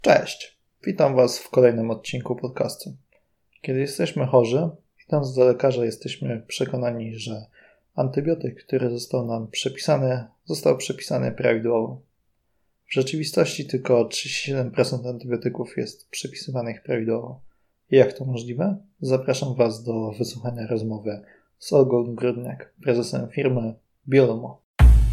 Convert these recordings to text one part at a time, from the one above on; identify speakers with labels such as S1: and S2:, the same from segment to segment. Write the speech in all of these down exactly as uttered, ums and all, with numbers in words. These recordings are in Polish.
S1: Cześć, witam Was w kolejnym odcinku podcastu. Kiedy jesteśmy chorzy, idąc do lekarza, jesteśmy przekonani, że antybiotyk, który został nam przepisany, został przepisany prawidłowo. W rzeczywistości tylko trzydzieści siedem procent antybiotyków jest przepisywanych prawidłowo. Jak to możliwe? Zapraszam Was do wysłuchania rozmowy z Olgą Grudniak, prezesem firmy Biolumo.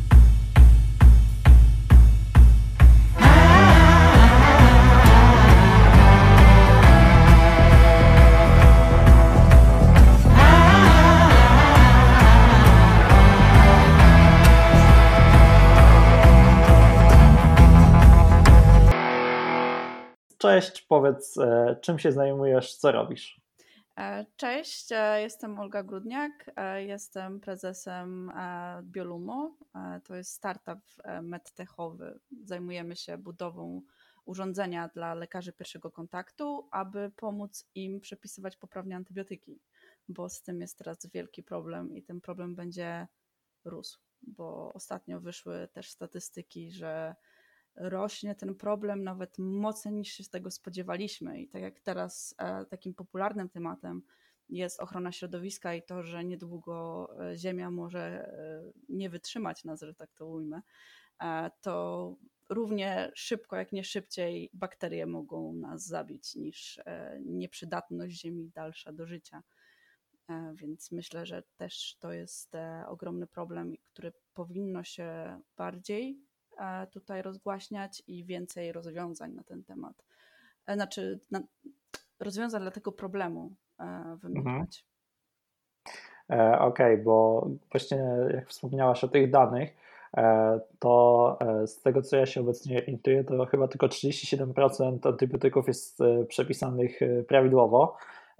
S1: Cześć, powiedz, czym się zajmujesz, co robisz?
S2: Cześć, jestem Olga Grudniak, jestem prezesem Biolumo. To jest startup medtechowy. Zajmujemy się budową urządzenia dla lekarzy pierwszego kontaktu, aby pomóc im przepisywać poprawnie antybiotyki, bo z tym jest teraz wielki problem i ten problem będzie rósł, bo ostatnio wyszły też statystyki, że rośnie ten problem nawet mocniej niż się z tego spodziewaliśmy i tak jak teraz e, takim popularnym tematem jest ochrona środowiska i to, że niedługo Ziemia może e, nie wytrzymać nas, że tak to ujmę, e, to równie szybko, jak nie szybciej bakterie mogą nas zabić niż e, nieprzydatność Ziemi dalsza do życia. E, więc myślę, że też to jest e, ogromny problem, który powinno się bardziej tutaj rozgłaśniać i więcej rozwiązań na ten temat. Znaczy na, rozwiązań dla tego problemu wymyślać.
S1: Mhm. E, Okej, okay, bo właśnie jak wspomniałaś o tych danych, e, to e, z tego, co ja się obecnie orientuję, to chyba tylko trzydzieści siedem procent antybiotyków jest e, przepisanych e, prawidłowo.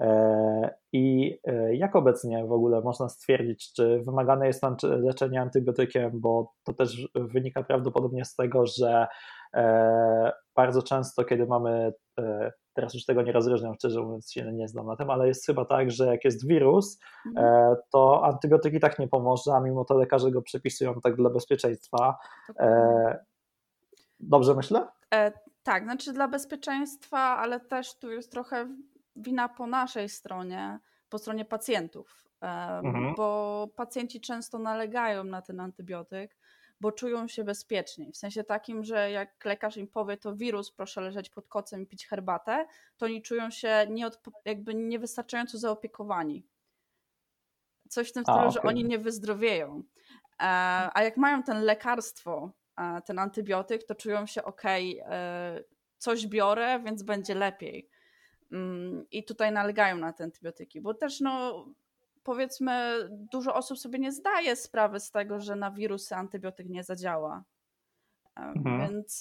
S1: I jak obecnie w ogóle można stwierdzić, czy wymagane jest leczenie antybiotykiem, bo to też wynika prawdopodobnie z tego, że bardzo często, kiedy mamy, teraz już tego nie rozróżniam, szczerze mówiąc się nie znam na tym, ale jest chyba tak, że jak jest wirus, to antybiotyk i tak nie pomoże, a mimo to lekarze go przepisują tak dla bezpieczeństwa. Dobrze myślę?
S2: E, tak, znaczy dla bezpieczeństwa, ale też tu jest trochę wina po naszej stronie, po stronie pacjentów, mhm. bo pacjenci często nalegają na ten antybiotyk, bo czują się bezpieczniej. W sensie takim, że jak lekarz im powie, to wirus, proszę leżeć pod kocem i pić herbatę, to oni czują się nieodpo- jakby niewystarczająco zaopiekowani. Coś w tym stylu, A, okay. że oni nie wyzdrowieją. A jak mają ten lekarstwo, ten antybiotyk, to czują się okej, okay, coś biorę, więc będzie lepiej. I tutaj nalegają na te antybiotyki, bo też no powiedzmy dużo osób sobie nie zdaje sprawy z tego, że na wirusy antybiotyk nie zadziała. Mhm. Więc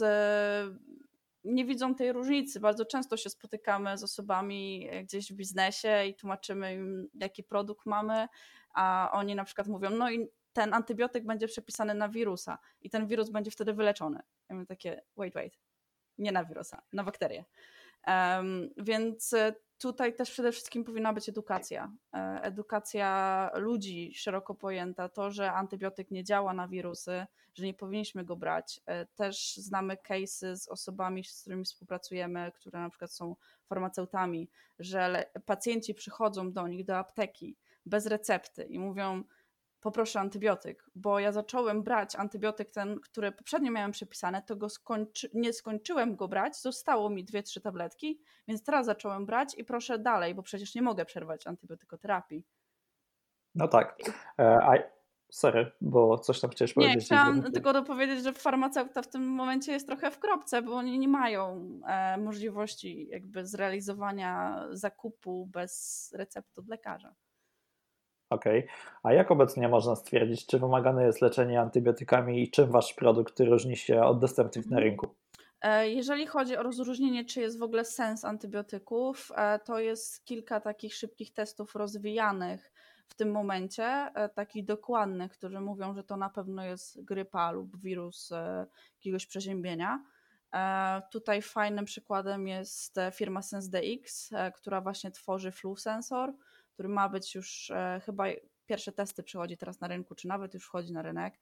S2: nie widzą tej różnicy. Bardzo często się spotykamy z osobami gdzieś w biznesie i tłumaczymy im, jaki produkt mamy, a oni na przykład mówią, no i ten antybiotyk będzie przepisany na wirusa i ten wirus będzie wtedy wyleczony. Ja mówię takie, wait, wait, nie na wirusa, na bakterię. Um, więc tutaj też przede wszystkim powinna być edukacja. Edukacja ludzi szeroko pojęta, to, że antybiotyk nie działa na wirusy, że nie powinniśmy go brać. Też znamy case'y z osobami, z którymi współpracujemy, które na przykład są farmaceutami, że pacjenci przychodzą do nich do apteki bez recepty i mówią, poproszę antybiotyk, bo ja zacząłem brać antybiotyk ten, który poprzednio miałem przepisane, to go skończy, nie skończyłem go brać, zostało mi dwie, trzy tabletki, więc teraz zacząłem brać i proszę dalej, bo przecież nie mogę przerwać antybiotykoterapii.
S1: No tak, a sorry, bo coś tam chciałeś powiedzieć.
S2: Nie, chciałam i... tylko dopowiedzieć, że farmaceuta w tym momencie jest trochę w kropce, bo oni nie mają e, możliwości jakby zrealizowania zakupu bez recepty od lekarza.
S1: Okej, okay. A jak obecnie można stwierdzić, czy wymagane jest leczenie antybiotykami i czym wasz produkt różni się od dostępnych na rynku?
S2: Jeżeli chodzi o rozróżnienie, czy jest w ogóle sens antybiotyków, to jest kilka takich szybkich testów rozwijanych w tym momencie, takich dokładnych, które mówią, że to na pewno jest grypa lub wirus jakiegoś przeziębienia. Tutaj fajnym przykładem jest firma SenseDx, która właśnie tworzy flu sensor, który ma być już chyba pierwsze testy przychodzi teraz na rynku, czy nawet już wchodzi na rynek.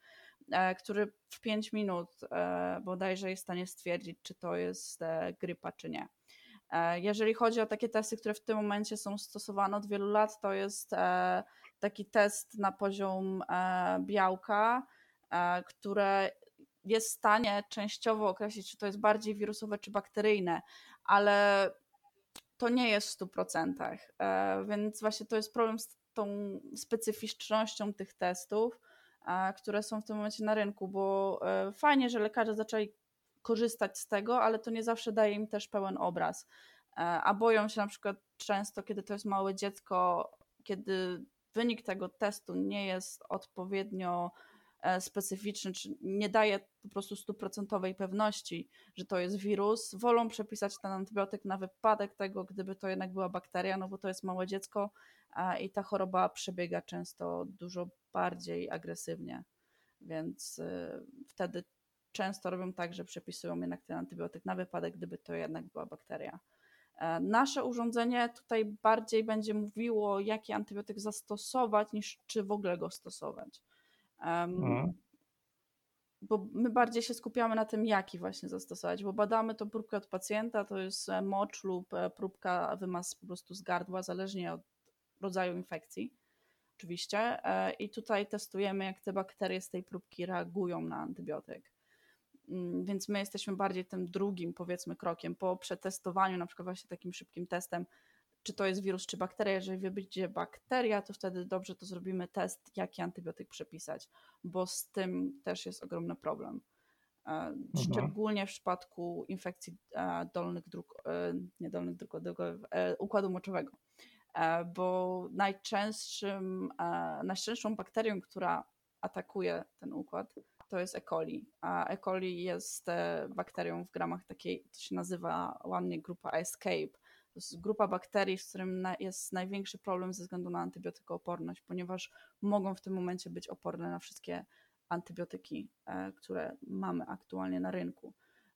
S2: który w pięć minut bodajże jest w stanie stwierdzić, czy to jest grypa, czy nie. Jeżeli chodzi o takie testy, które w tym momencie są stosowane od wielu lat, to jest taki test na poziom białka, które jest w stanie częściowo określić, czy to jest bardziej wirusowe, czy bakteryjne, ale to nie jest w stu procentach, więc właśnie to jest problem z tą specyficznością tych testów, które są w tym momencie na rynku, bo fajnie, że lekarze zaczęli korzystać z tego, ale to nie zawsze daje im też pełen obraz, a boją się na przykład często, kiedy to jest małe dziecko, kiedy wynik tego testu nie jest odpowiednio specyficzny, czy nie daje po prostu stuprocentowej pewności, że to jest wirus, wolą przepisać ten antybiotyk na wypadek tego, gdyby to jednak była bakteria, no bo to jest małe dziecko i ta choroba przebiega często dużo bardziej agresywnie, więc wtedy często robią tak, że przepisują jednak ten antybiotyk na wypadek, gdyby to jednak była bakteria. Nasze urządzenie tutaj bardziej będzie mówiło, jaki antybiotyk zastosować, niż czy w ogóle go stosować. Um, mhm. Bo my bardziej się skupiamy na tym, jaki właśnie zastosować, bo badamy to próbkę od pacjenta, to jest mocz lub próbka, wymaz po prostu z gardła, zależnie od rodzaju infekcji oczywiście, i tutaj testujemy, jak te bakterie z tej próbki reagują na antybiotyk. Więc my jesteśmy bardziej tym drugim, powiedzmy, krokiem po przetestowaniu, na przykład właśnie takim szybkim testem, czy to jest wirus, czy bakteria. Jeżeli wyjdzie bakteria, to wtedy dobrze to zrobimy test, jaki antybiotyk przepisać, bo z tym też jest ogromny problem. Mhm. Szczególnie w przypadku infekcji dolnych dróg, nie dolnych dróg, układu moczowego, bo najczęstszym, najczęstszą bakterią, która atakuje ten układ, to jest E. coli, a E. coli jest bakterią w gramach takiej, to się nazywa ładnie grupa Escape. To jest grupa bakterii, z którym jest największy problem ze względu na antybiotykooporność, ponieważ mogą w tym momencie być oporne na wszystkie antybiotyki, które mamy aktualnie na rynku.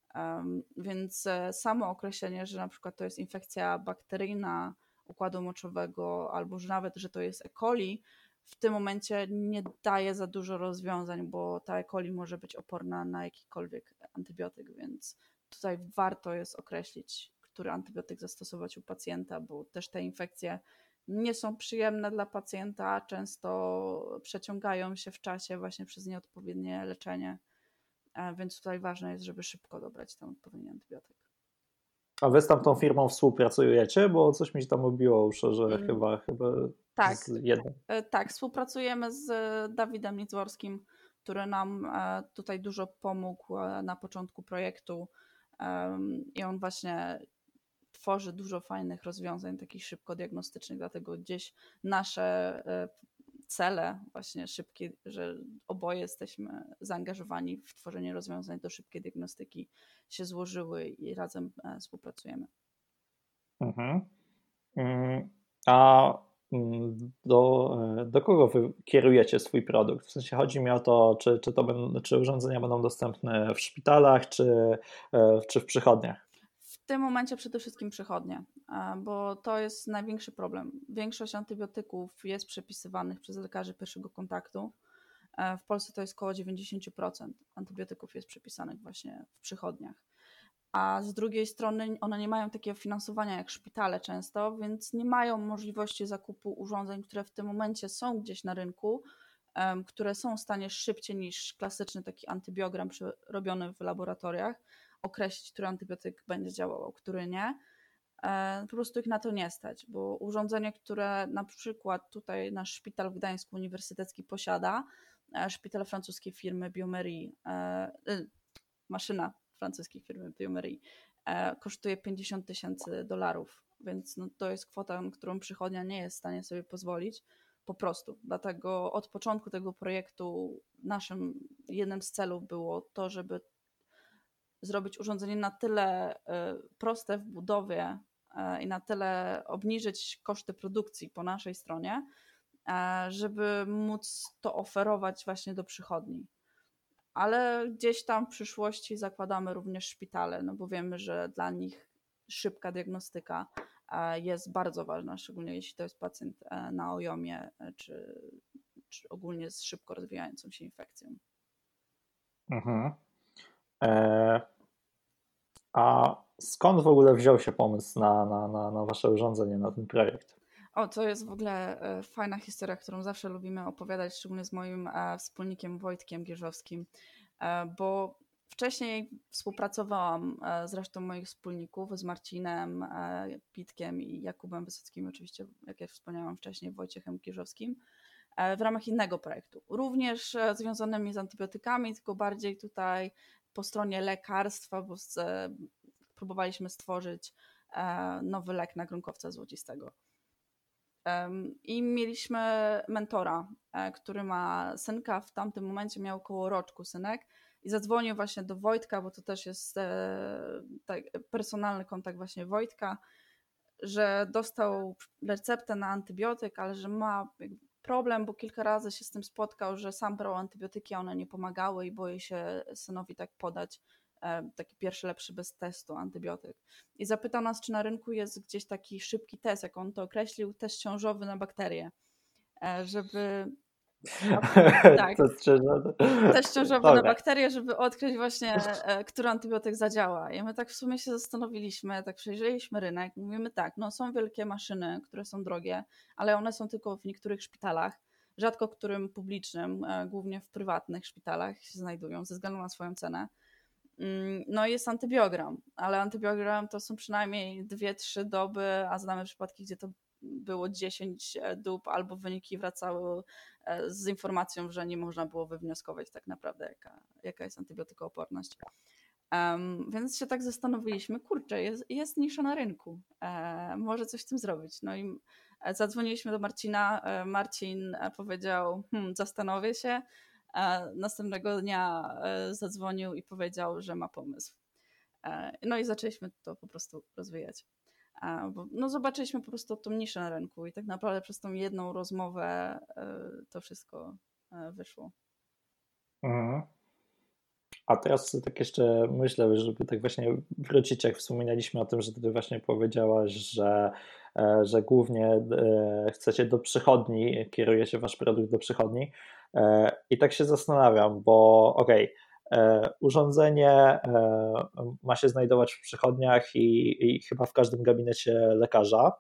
S2: Więc samo określenie, że na przykład to jest infekcja bakteryjna układu moczowego, albo że nawet, że to jest E. coli, w tym momencie nie daje za dużo rozwiązań, bo ta E. coli może być oporna na jakikolwiek antybiotyk, więc tutaj warto jest określić, który antybiotyk zastosować u pacjenta, bo też te infekcje nie są przyjemne dla pacjenta, często przeciągają się w czasie właśnie przez nieodpowiednie leczenie, więc tutaj ważne jest, żeby szybko dobrać ten odpowiedni antybiotyk.
S1: A wy z tamtą firmą współpracujecie? Bo coś mi się tam obiło uszy, że mm. chyba, chyba
S2: tak,
S1: z jednym.
S2: Tak, współpracujemy z Dawidem Niedzworskim, który nam tutaj dużo pomógł na początku projektu i on właśnie tworzy dużo fajnych rozwiązań takich szybko diagnostycznych, dlatego gdzieś nasze cele właśnie szybkie, że oboje jesteśmy zaangażowani w tworzenie rozwiązań do szybkiej diagnostyki się złożyły i razem współpracujemy.
S1: Mhm. A do, do kogo wy kierujecie swój produkt? W sensie chodzi mi o to, czy, czy, to będą, czy urządzenia będą dostępne w szpitalach, czy, czy w przychodniach?
S2: W tym momencie przede wszystkim przychodnie, bo to jest największy problem. Większość antybiotyków jest przepisywanych przez lekarzy pierwszego kontaktu. W Polsce to jest około dziewięćdziesiąt procent antybiotyków jest przepisanych właśnie w przychodniach. A z drugiej strony one nie mają takiego finansowania jak szpitale często, więc nie mają możliwości zakupu urządzeń, które w tym momencie są gdzieś na rynku, um, które są w stanie szybciej niż klasyczny taki antybiogram robiony w laboratoriach określić, który antybiotyk będzie działał, a który nie. E, po prostu ich na to nie stać, bo urządzenie, które na przykład tutaj nasz szpital w Gdańsku Uniwersytecki posiada, e, szpital francuskiej firmy Biomery, e, y, maszyna francuskiej firmy Biomery, e, kosztuje pięćdziesiąt tysięcy dolarów, więc no, to jest kwota, na którą przychodnia nie jest w stanie sobie pozwolić, po prostu. Dlatego od początku tego projektu naszym jednym z celów było to, żeby zrobić urządzenie na tyle y, proste w budowie y, i na tyle obniżyć koszty produkcji po naszej stronie, y, żeby móc to oferować właśnie do przychodni. Ale gdzieś tam w przyszłości zakładamy również szpitale, no bo wiemy, że dla nich szybka diagnostyka jest bardzo ważna, szczególnie jeśli to jest pacjent na ojomie czy, czy ogólnie z szybko rozwijającą się infekcją.
S1: Mhm. E, a skąd w ogóle wziął się pomysł na, na, na, na wasze urządzenie, na ten projekt?
S2: O, to jest w ogóle e, fajna historia, którą zawsze lubimy opowiadać, szczególnie z moim e, wspólnikiem Wojtkiem Gierzowskim, e, bo wcześniej współpracowałam e, z resztą moich wspólników, z Marcinem, e, Pitkiem i Jakubem Wysockim, oczywiście, jak ja wspomniałam wcześniej, Wojciechem Gierzowskim, e, w ramach innego projektu. Również e, związanymi z antybiotykami, tylko bardziej tutaj po stronie lekarstwa, bo z, e, próbowaliśmy stworzyć e, nowy lek na grunkowca złocistego. I mieliśmy mentora, który ma synka, w tamtym momencie miał około roczku synek i zadzwonił właśnie do Wojtka, bo to też jest tak, personalny kontakt właśnie Wojtka, że dostał receptę na antybiotyk, ale że ma problem, bo kilka razy się z tym spotkał, że sam brał antybiotyki, a one nie pomagały i boi się synowi tak podać taki pierwszy lepszy bez testu antybiotyk. I zapytał nas, czy na rynku jest gdzieś taki szybki test, jak on to określił, test ciążowy na bakterie, żeby tak,
S1: test ciążowy.
S2: test ciążowy na bakterie, żeby odkryć właśnie, który antybiotyk zadziała. I my tak w sumie się zastanowiliśmy, tak przejrzeliśmy rynek, mówimy tak, no są wielkie maszyny, które są drogie, ale one są tylko w niektórych szpitalach, rzadko którym publicznym, głównie w prywatnych szpitalach się znajdują ze względu na swoją cenę. No i jest antybiogram, ale antybiogram to są przynajmniej dwie trzy doby, a znamy przypadki, gdzie to było dziesięć dób albo wyniki wracały z informacją, że nie można było wywnioskować tak naprawdę, jaka, jaka jest antybiotykooporność. Um, więc się tak zastanowiliśmy, kurczę, jest, jest nisza na rynku, e, może coś z tym zrobić. No i zadzwoniliśmy do Marcina, Marcin powiedział, hmm, zastanowię się. Następnego dnia zadzwonił i powiedział, że ma pomysł. No i zaczęliśmy to po prostu rozwijać. Bo no zobaczyliśmy po prostu tą niszę na rynku i tak naprawdę przez tą jedną rozmowę to wszystko wyszło.
S1: Mhm. A teraz tak jeszcze myślę, żeby tak właśnie wrócić, jak wspominaliśmy o tym, że ty właśnie powiedziałaś, że, że głównie chcecie do przychodni, kierujecie wasz produkt do przychodni i tak się zastanawiam, bo okej, okay, urządzenie ma się znajdować w przychodniach i, i chyba w każdym gabinecie lekarza.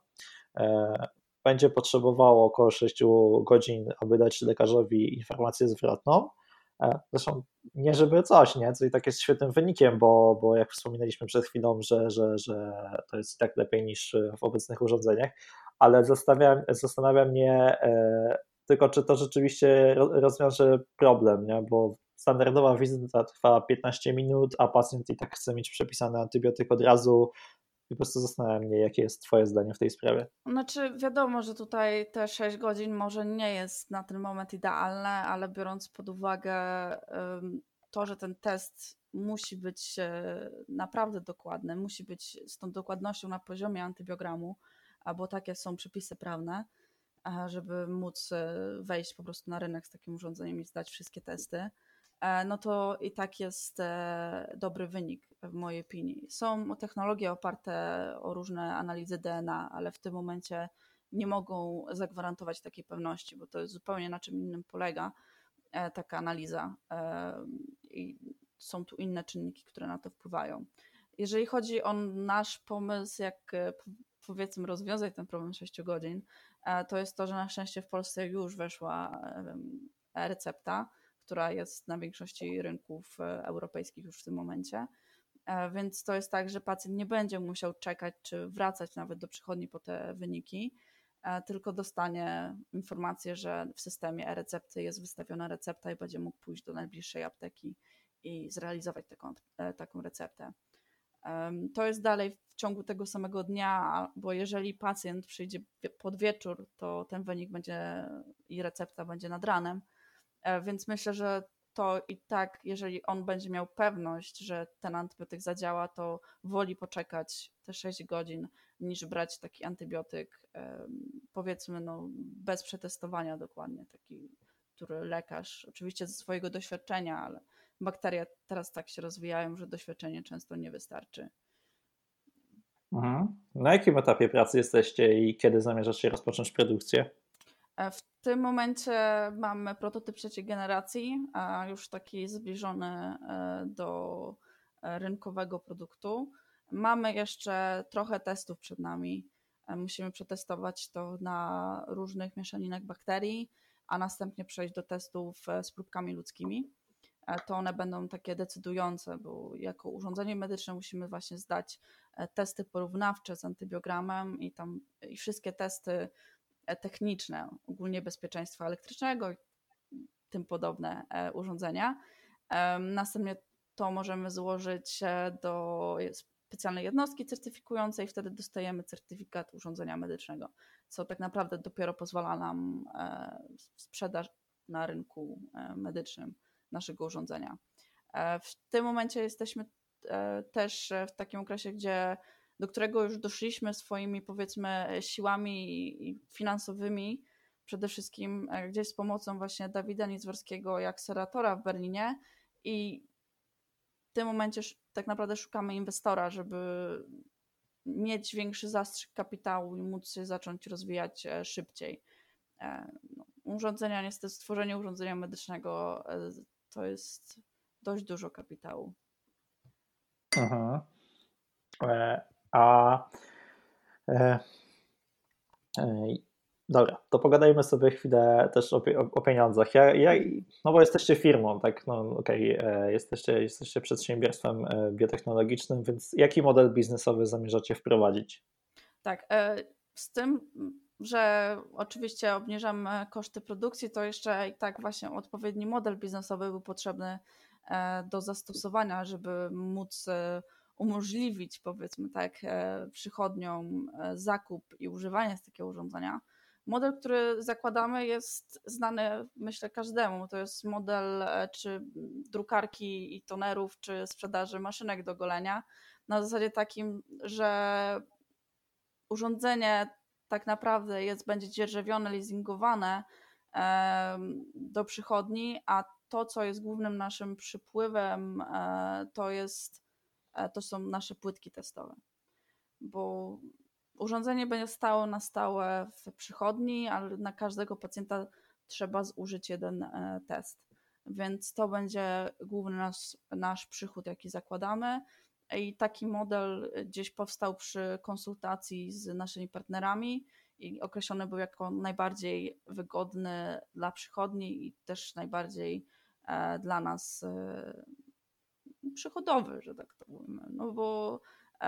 S1: Będzie potrzebowało około sześć godzin, aby dać lekarzowi informację zwrotną. Zresztą nie żeby coś, nie? Co i tak jest świetnym wynikiem, bo, bo jak wspominaliśmy przed chwilą, że, że, że to jest i tak lepiej niż w obecnych urządzeniach, ale zastanawia, zastanawia mnie e, tylko, czy to rzeczywiście rozwiąże problem, nie? Bo standardowa wizyta trwa piętnaście minut, a pacjent i tak chce mieć przepisany antybiotyk od razu. I po prostu zastanawia mnie, jakie jest twoje zdanie w tej sprawie.
S2: Znaczy wiadomo, że tutaj te sześć godzin może nie jest na ten moment idealne, ale biorąc pod uwagę to, że ten test musi być naprawdę dokładny, musi być z tą dokładnością na poziomie antybiogramu, bo takie są przepisy prawne, żeby móc wejść po prostu na rynek z takim urządzeniem i zdać wszystkie testy, no to i tak jest dobry wynik w mojej opinii. Są technologie oparte o różne analizy D N A, ale w tym momencie nie mogą zagwarantować takiej pewności, bo to jest zupełnie na czym innym polega taka analiza i są tu inne czynniki, które na to wpływają. Jeżeli chodzi o nasz pomysł, jak powiedzmy rozwiązać ten problem sześciu godzin, to jest to, że na szczęście w Polsce już weszła e-recepta, która jest na większości rynków europejskich już w tym momencie. Więc to jest tak, że pacjent nie będzie musiał czekać czy wracać nawet do przychodni po te wyniki, tylko dostanie informację, że w systemie e-recepty jest wystawiona recepta i będzie mógł pójść do najbliższej apteki i zrealizować taką, taką receptę. To jest dalej w ciągu tego samego dnia, bo jeżeli pacjent przyjdzie pod wieczór, to ten wynik będzie i recepta będzie nad ranem. Więc myślę, że to i tak, jeżeli on będzie miał pewność, że ten antybiotyk zadziała, to woli poczekać te sześć godzin, niż brać taki antybiotyk, powiedzmy, no, bez przetestowania dokładnie, taki, który lekarz, oczywiście ze swojego doświadczenia, ale bakterie teraz tak się rozwijają, że doświadczenie często nie wystarczy.
S1: Mhm. Na jakim etapie pracy jesteście i kiedy zamierzacie rozpocząć produkcję?
S2: W tym momencie mamy prototyp trzeciej generacji, już taki zbliżony do rynkowego produktu. Mamy jeszcze trochę testów przed nami. Musimy przetestować to na różnych mieszaninach bakterii, a następnie przejść do testów z próbkami ludzkimi. To one będą takie decydujące, bo jako urządzenie medyczne musimy właśnie zdać testy porównawcze z antybiogramem i tam i wszystkie testy techniczne, ogólnie bezpieczeństwa elektrycznego i tym podobne urządzenia. Następnie to możemy złożyć do specjalnej jednostki certyfikującej, wtedy dostajemy certyfikat urządzenia medycznego, co tak naprawdę dopiero pozwala nam sprzedaż na rynku medycznym naszego urządzenia. W tym momencie jesteśmy też w takim okresie, gdzie do którego już doszliśmy swoimi, powiedzmy, siłami finansowymi, przede wszystkim gdzieś z pomocą właśnie Dawida Niedzworskiego i akceleratora w Berlinie i w tym momencie tak naprawdę szukamy inwestora, żeby mieć większy zastrzyk kapitału i móc się zacząć rozwijać szybciej. No, urządzenia, niestety stworzenie urządzenia medycznego to jest dość dużo kapitału.
S1: Mhm. E, a e, e, dobra, to pogadajmy sobie chwilę też o, o, o pieniądzach. Ja, ja, no bo jesteście firmą, tak, no okej, okay, jesteście, jesteście przedsiębiorstwem biotechnologicznym, więc jaki model biznesowy zamierzacie wprowadzić?
S2: Tak, z tym, że oczywiście obniżamy koszty produkcji, to jeszcze i tak właśnie odpowiedni model biznesowy był potrzebny do zastosowania, żeby móc umożliwić, powiedzmy tak, przychodniom zakup i używanie z takiego urządzenia. Model, który zakładamy, jest znany, myślę, każdemu. To jest model czy drukarki i tonerów, czy sprzedaży maszynek do golenia. Na zasadzie takim, że urządzenie tak naprawdę jest, będzie dzierżawione, leasingowane do przychodni, a to, co jest głównym naszym przypływem, to, jest, to są nasze płytki testowe. Bo urządzenie będzie stało na stałe w przychodni, ale na każdego pacjenta trzeba zużyć jeden test. Więc to będzie główny nasz, nasz przychód, jaki zakładamy. I taki model gdzieś powstał przy konsultacji z naszymi partnerami i określony był jako najbardziej wygodny dla przychodni i też najbardziej dla nas przychodowy, że tak to mówimy. No bo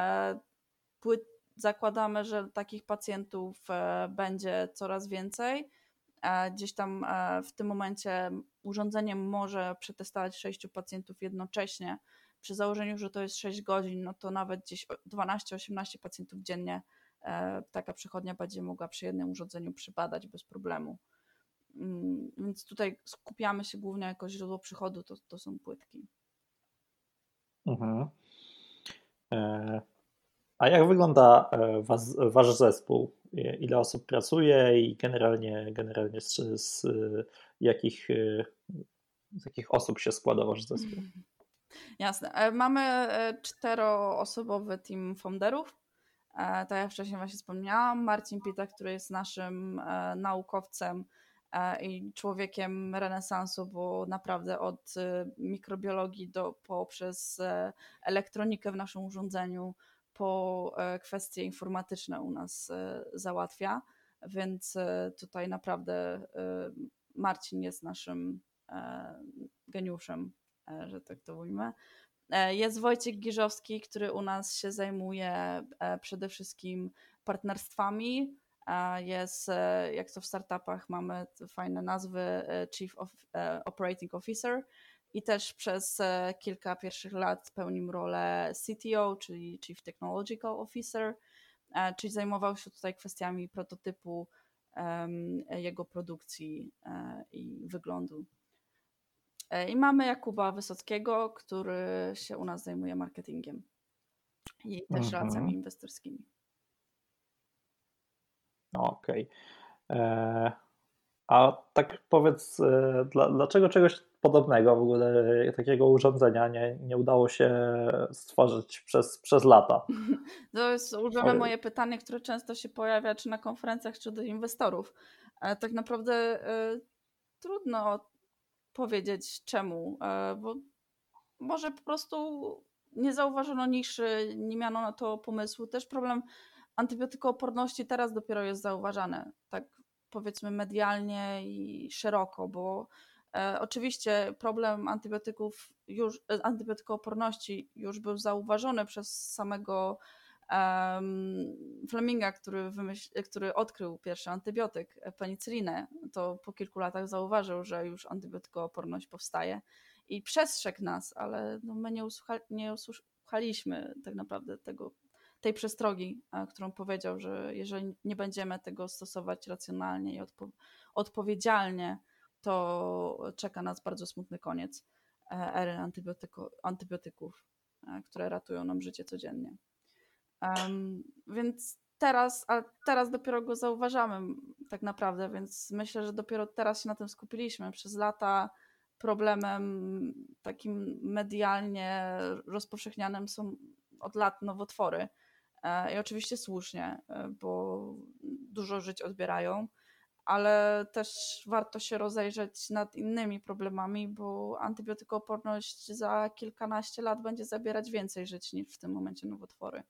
S2: płyt, zakładamy, że takich pacjentów będzie coraz więcej. Gdzieś tam w tym momencie urządzenie może przetestować sześciu pacjentów jednocześnie. Przy założeniu, że to jest sześć godzin, no to nawet gdzieś dwanaście osiemnaście pacjentów dziennie taka przychodnia będzie mogła przy jednym urządzeniu przybadać bez problemu. Więc tutaj skupiamy się głównie jako źródło przychodu, to, to są płytki.
S1: Mhm. E, a jak wygląda was, wasz zespół? Ile osób pracuje i generalnie, generalnie z, z, jakich, z jakich osób się składa wasz zespół?
S2: Jasne. Mamy czteroosobowy team founderów. Tak jak wcześniej właśnie wspomniałam, Marcin Pita, który jest naszym naukowcem i człowiekiem renesansu, bo naprawdę od mikrobiologii do, poprzez elektronikę w naszym urządzeniu, po kwestie informatyczne u nas załatwia, więc tutaj naprawdę Marcin jest naszym geniuszem, że tak to ujmę. Jest Wojciech Giżowski, który u nas się zajmuje przede wszystkim partnerstwami. Jest, jak to w startupach mamy fajne nazwy, Chief of, Operating Officer i też przez kilka pierwszych lat pełnił rolę C T O, czyli Chief Technological Officer, czyli zajmował się tutaj kwestiami prototypu, jego produkcji i wyglądu. I mamy Jakuba Wysockiego, który się u nas zajmuje marketingiem i też
S1: Mhm.
S2: relacjami inwestorskimi.
S1: Okej. Okay. A tak powiedz, dla, dlaczego czegoś podobnego, w ogóle takiego urządzenia nie, nie udało się stworzyć przez, przez lata?
S2: To jest ulubione moje pytanie, które często się pojawia czy na konferencjach, czy do inwestorów. Tak naprawdę trudno powiedzieć czemu, bo może po prostu nie zauważono niszy, nie miano na to pomysłu. Też problem antybiotykooporności teraz dopiero jest zauważany, tak powiedzmy medialnie i szeroko, bo e, oczywiście problem antybiotyków już, antybiotykooporności już był zauważony przez samego um, Fleminga, który, wymyśl, który odkrył pierwszy antybiotyk, penicylinę. To po kilku latach zauważył, że już antybiotykooporność powstaje i przestrzegł nas, ale no my nie, usłucha, nie usłuchaliśmy tak naprawdę tego, tej przestrogi, którą powiedział, że jeżeli nie będziemy tego stosować racjonalnie i odpo- odpowiedzialnie, to czeka nas bardzo smutny koniec ery antybiotyku, antybiotyków, które ratują nam życie codziennie. Um, więc teraz, a teraz dopiero go zauważamy tak naprawdę, więc myślę, że dopiero teraz się na tym skupiliśmy. Przez lata problemem takim medialnie rozpowszechnianym są od lat nowotwory. I oczywiście słusznie, bo dużo żyć odbierają, ale też warto się rozejrzeć nad innymi problemami, bo antybiotykooporność za kilkanaście lat będzie zabierać więcej żyć niż w tym momencie nowotwory.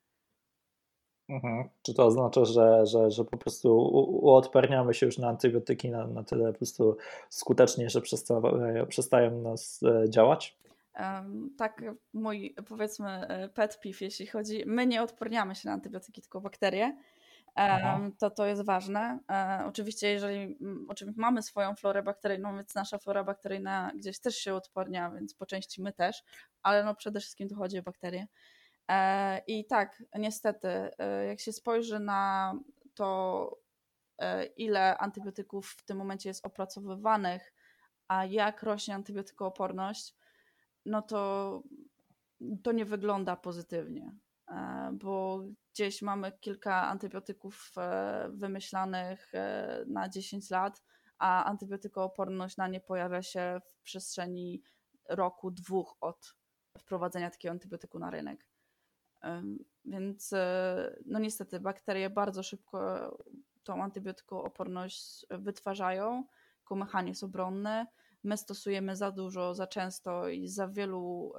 S1: Mhm. Czy to oznacza, że, że, że po prostu uodparniamy się już na antybiotyki na, na tyle po prostu skutecznie, że przestają, przestają nas działać?
S2: Um, tak, mój powiedzmy pet peeve, jeśli chodzi, my nie odporniamy się na antybiotyki, tylko bakterie. Um, to to jest ważne. E, oczywiście, jeżeli oczywiście mamy swoją florę bakteryjną, więc nasza flora bakteryjna gdzieś też się odpornia, więc po części my też, ale no przede wszystkim tu chodzi o bakterie. E, I tak, niestety, e, jak się spojrzy na to, e, ile antybiotyków w tym momencie jest opracowywanych, a jak rośnie antybiotykooporność, no to to nie wygląda pozytywnie, bo gdzieś mamy kilka antybiotyków wymyślanych na dziesięć lat, a antybiotykooporność na nie pojawia się w przestrzeni roku, dwóch od wprowadzenia takiego antybiotyku na rynek. Więc no niestety bakterie bardzo szybko tą antybiotykooporność wytwarzają jako mechanizm obronny. My stosujemy za dużo, za często i za wielu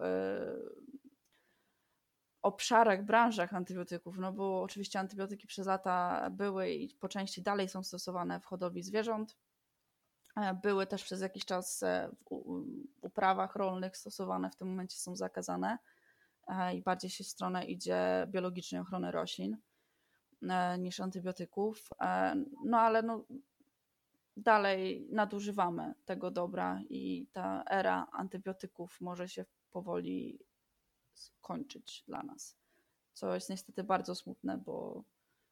S2: obszarach, branżach antybiotyków, no bo oczywiście antybiotyki przez lata były i po części dalej są stosowane w hodowli zwierząt. Były też przez jakiś czas w uprawach rolnych stosowane, w tym momencie są zakazane i bardziej się w stronę idzie biologicznej ochrony roślin niż antybiotyków. No ale no, dalej nadużywamy tego dobra i ta era antybiotyków może się powoli skończyć dla nas, co jest niestety bardzo smutne, bo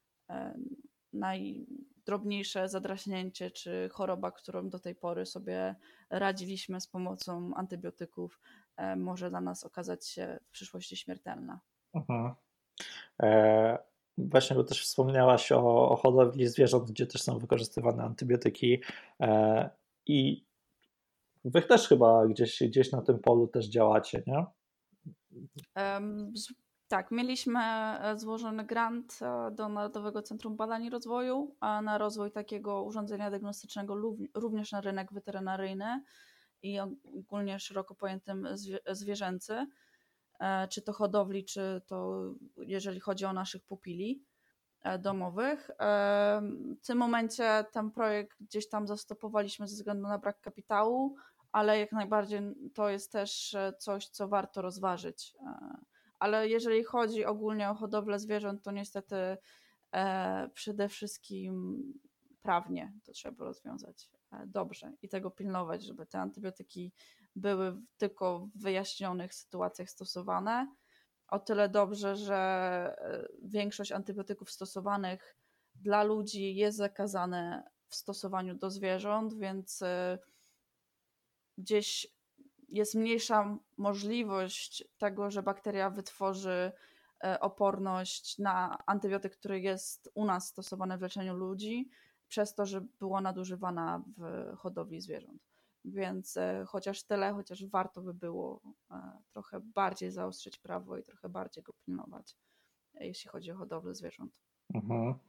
S2: najdrobniejsze zadraśnięcie czy choroba, którą do tej pory sobie radziliśmy z pomocą antybiotyków, może dla nas okazać się w przyszłości śmiertelna.
S1: Mhm. E, właśnie, bo też wspomniałaś o, o hodowli zwierząt, gdzie też są wykorzystywane antybiotyki e, i wy też chyba gdzieś, gdzieś na tym polu też działacie, nie?
S2: Um, Tak, mieliśmy złożony grant do Narodowego Centrum Badań i Rozwoju na rozwój takiego urządzenia diagnostycznego również na rynek weterynaryjny i ogólnie szeroko pojętym zwierzęcy, czy to hodowli, czy to jeżeli chodzi o naszych pupili domowych. W tym momencie ten projekt gdzieś tam zastopowaliśmy ze względu na brak kapitału, ale jak najbardziej to jest też coś, co warto rozważyć. Ale jeżeli chodzi ogólnie o hodowlę zwierząt, to niestety e, przede wszystkim prawnie to trzeba rozwiązać dobrze i tego pilnować, żeby te antybiotyki były tylko w wyjaśnionych sytuacjach stosowane. O tyle dobrze, że większość antybiotyków stosowanych dla ludzi jest zakazane w stosowaniu do zwierząt, więc gdzieś jest mniejsza możliwość tego, że bakteria wytworzy oporność na antybiotyk, który jest u nas stosowany w leczeniu ludzi, przez to, że była nadużywana w hodowli zwierząt. Więc chociaż tyle, chociaż warto by było trochę bardziej zaostrzyć prawo i trochę bardziej go pilnować, jeśli chodzi o hodowlę zwierząt.
S1: Mhm.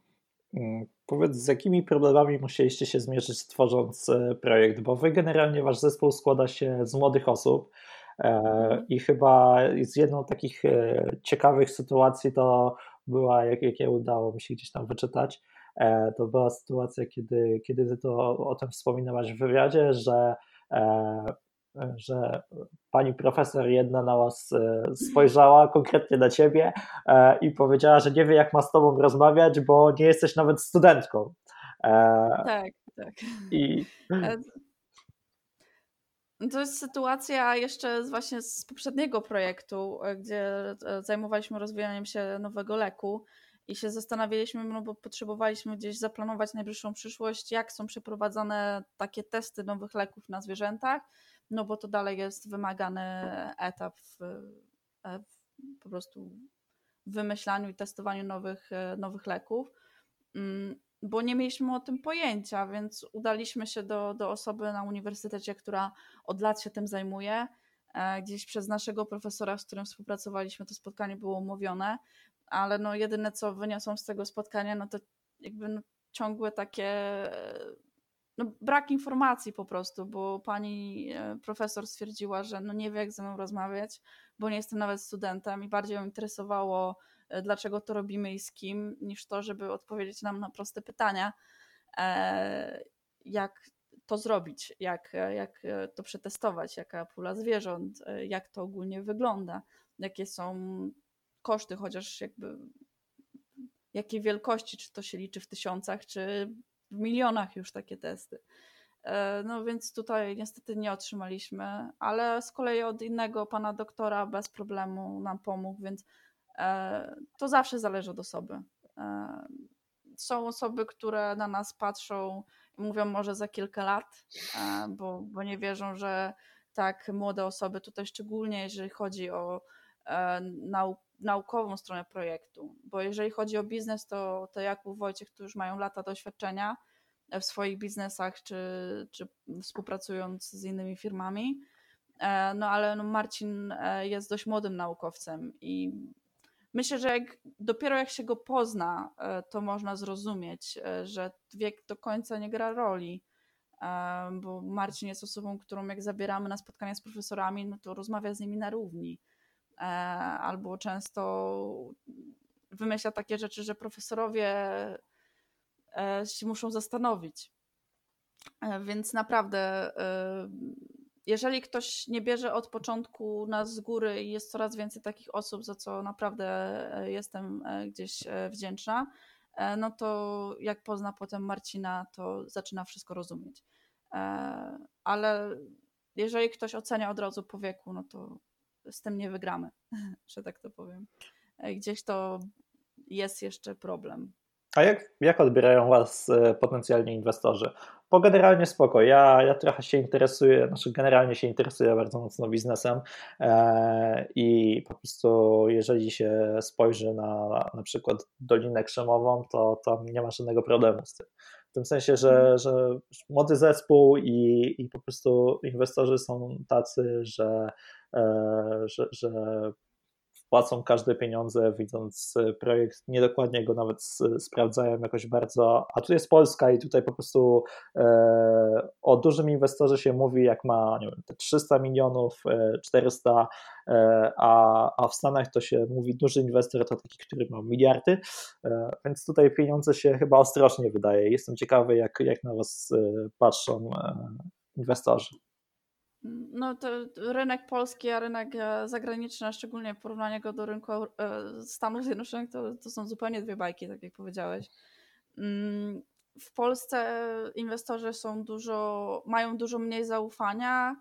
S1: Powiedz, z jakimi problemami musieliście się zmierzyć tworząc projekt, bo wy generalnie wasz zespół składa się z młodych osób mhm. i chyba z jedną z takich ciekawych sytuacji to była, jak, jakie udało mi się gdzieś tam wyczytać, to była sytuacja, kiedy, kiedy ty to o, o tym wspominałaś w wywiadzie, że że pani profesor jedna na was spojrzała konkretnie na ciebie i powiedziała, że nie wie, jak ma z tobą rozmawiać, bo nie jesteś nawet studentką.
S2: Tak, tak.
S1: I...
S2: To jest sytuacja jeszcze właśnie z poprzedniego projektu, gdzie zajmowaliśmy rozwijaniem się nowego leku i się zastanawialiśmy, no bo potrzebowaliśmy gdzieś zaplanować najbliższą przyszłość, jak są przeprowadzane takie testy nowych leków na zwierzętach, no bo to dalej jest wymagany etap w, w po prostu wymyślaniu i testowaniu nowych, nowych leków, bo nie mieliśmy o tym pojęcia, więc udaliśmy się do, do osoby na uniwersytecie, która od lat się tym zajmuje. Gdzieś przez naszego profesora, z którym współpracowaliśmy, to spotkanie było umówione, ale no jedyne, co wyniosłam z tego spotkania, no to jakby no ciągłe takie no brak informacji po prostu, bo pani profesor stwierdziła, że no nie wie, jak ze mną rozmawiać, bo nie jestem nawet studentem i bardziej ją interesowało, dlaczego to robimy i z kim, niż to, żeby odpowiedzieć nam na proste pytania, jak to zrobić, jak, jak to przetestować, jaka pula zwierząt, jak to ogólnie wygląda, jakie są koszty, chociaż jakby jakiej wielkości, czy to się liczy w tysiącach, czy w milionach już takie testy. No więc tutaj niestety nie otrzymaliśmy, ale z kolei od innego pana doktora bez problemu nam pomógł, więc to zawsze zależy od osoby. Są osoby, które na nas patrzą i mówią może za kilka lat, bo, bo nie wierzą, że tak młode osoby, tutaj szczególnie jeżeli chodzi o nau- naukową stronę projektu, bo jeżeli chodzi o biznes, to, to Jakub, Wojciech, którzy już mają lata doświadczenia w swoich biznesach, czy, czy współpracując z innymi firmami, no ale no Marcin jest dość młodym naukowcem i myślę, że jak, dopiero jak się go pozna, to można zrozumieć, że wiek do końca nie gra roli, bo Marcin jest osobą, którą jak zabieramy na spotkania z profesorami, no to rozmawia z nimi na równi. Albo często wymyśla takie rzeczy, że profesorowie się muszą zastanowić. Więc naprawdę, jeżeli ktoś nie bierze od początku nas z góry i jest coraz więcej takich osób, za co naprawdę jestem gdzieś wdzięczna, no to jak pozna potem Marcina, to zaczyna wszystko rozumieć. Ale jeżeli ktoś ocenia od razu po wieku, no to z tym nie wygramy, że tak to powiem. Gdzieś to jest jeszcze problem.
S1: A jak, jak odbierają was potencjalni inwestorzy? Bo generalnie spoko, ja, ja trochę się interesuję, znaczy generalnie się interesuję bardzo mocno biznesem e, i po prostu jeżeli się spojrzy na na przykład Dolinę Krzemową, to tam nie ma żadnego problemu z tym. W tym sensie, że, że młody zespół i, i po prostu inwestorzy są tacy, że, e, że, że płacą każde pieniądze, widząc projekt, niedokładnie go nawet sprawdzają jakoś bardzo, a tu jest Polska i tutaj po prostu e, o dużym inwestorze się mówi, jak ma, nie wiem, te trzysta milionów, czterysta, e, a, a w Stanach to się mówi duży inwestor to taki, który ma miliardy, e, więc tutaj pieniądze się chyba ostrożnie wydaje. Jestem ciekawy, jak, jak na was patrzą e, inwestorzy.
S2: No to rynek polski, a rynek zagraniczny, a szczególnie porównanie go do rynku Stanów Zjednoczonych, to, to są zupełnie dwie bajki, tak jak powiedziałeś. W Polsce inwestorzy są dużo, mają dużo mniej zaufania,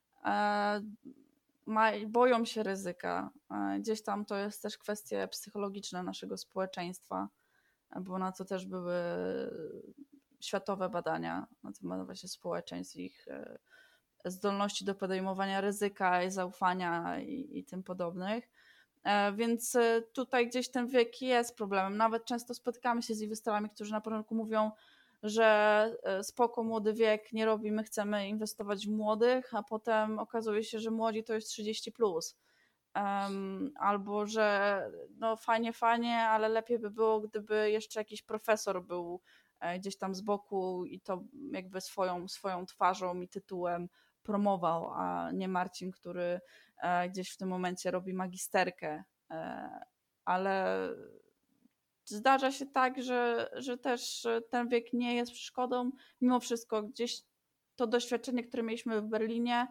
S2: boją się ryzyka. Gdzieś tam to jest też kwestie psychologiczne naszego społeczeństwa, bo na to też były światowe badania na temat właśnie społeczeństw, ich zdolności do podejmowania ryzyka i zaufania i, i tym podobnych. Więc tutaj gdzieś ten wiek jest problemem. Nawet często spotykamy się z inwestorami, którzy na początku mówią, że spoko, młody wiek, nie robimy, chcemy inwestować w młodych, a potem okazuje się, że młodzi to jest trzydzieści plus. um, albo że no fajnie, fajnie, ale lepiej by było, gdyby jeszcze jakiś profesor był gdzieś tam z boku i to jakby swoją, swoją twarzą i tytułem promował, a nie Marcin, który gdzieś w tym momencie robi magisterkę. Ale zdarza się tak, że, że też ten wiek nie jest przeszkodą. Mimo wszystko gdzieś to doświadczenie, które mieliśmy w Berlinie,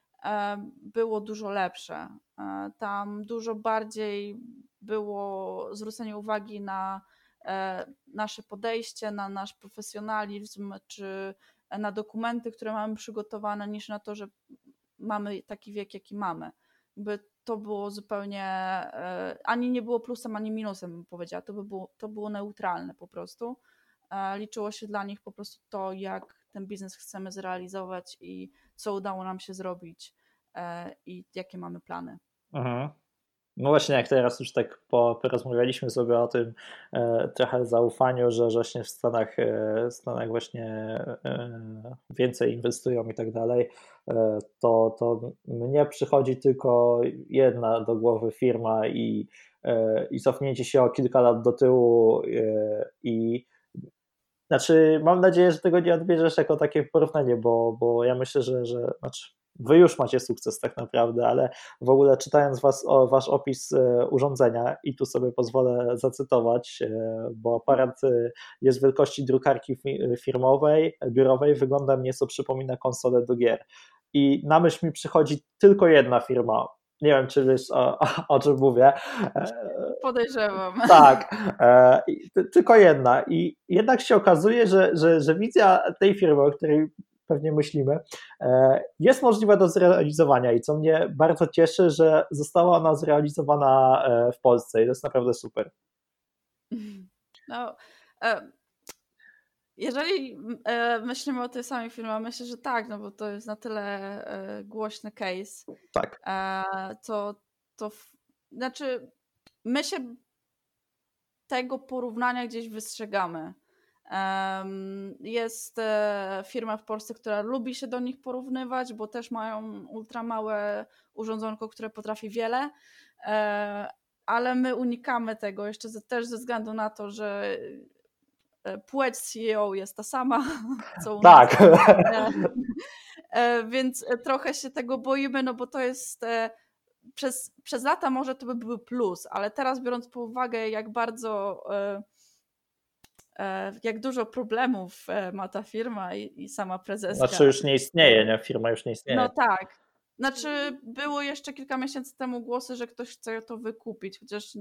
S2: było dużo lepsze. Tam dużo bardziej było zwrócenie uwagi na nasze podejście, na nasz profesjonalizm, czy na dokumenty, które mamy przygotowane, niż na to, że mamy taki wiek, jaki mamy. Jakby to było zupełnie, ani nie było plusem, ani minusem, bym powiedziała. To, by było, to było neutralne po prostu. Liczyło się dla nich po prostu to, jak ten biznes chcemy zrealizować i co udało nam się zrobić i jakie mamy plany.
S1: Mhm. No właśnie, jak teraz już tak porozmawialiśmy sobie o tym e, trochę zaufaniu, że właśnie w Stanach, e, w Stanach właśnie e, więcej inwestują i tak dalej, e, to, to mnie przychodzi tylko jedna do głowy firma i, e, i cofnięcie się o kilka lat do tyłu e, i znaczy mam nadzieję, że tego nie odbierzesz jako takie porównanie, bo, bo ja myślę, że, że znaczy wy już macie sukces tak naprawdę, ale w ogóle czytając was, o, wasz opis e, urządzenia i tu sobie pozwolę zacytować, e, bo aparat e, jest wielkości drukarki firmowej, biurowej, wyglądem nieco przypomina konsolę do gier. I na myśl mi przychodzi tylko jedna firma. Nie wiem, czy wiesz o, o czym mówię.
S2: Podejrzewam.
S1: Tak, e, tylko jedna. I jednak się okazuje, że, że, że wizja tej firmy, o której pewnie myślimy, e, jest możliwa do zrealizowania i co mnie bardzo cieszy, że została ona zrealizowana w Polsce i to jest naprawdę super.
S2: No, e, jeżeli e, myślimy o tej samej firmie, myślę, że tak, no bo to jest na tyle e, głośny case.
S1: Tak.
S2: E, to, to w, znaczy my się tego porównania gdzieś wystrzegamy. Jest firma w Polsce, która lubi się do nich porównywać, bo też mają ultra małe urządzonko, które potrafi wiele, ale my unikamy tego jeszcze też ze względu na to, że płeć C E O jest ta sama, co u
S1: tak.
S2: nas. Więc trochę się tego boimy, no bo to jest przez, przez lata może to by był plus, ale teraz biorąc pod uwagę, jak bardzo jak dużo problemów ma ta firma i, i sama prezeska.
S1: Znaczy już nie istnieje, nie? Firma już nie istnieje.
S2: No tak. Znaczy było jeszcze kilka miesięcy temu głosy, że ktoś chce to wykupić, chociaż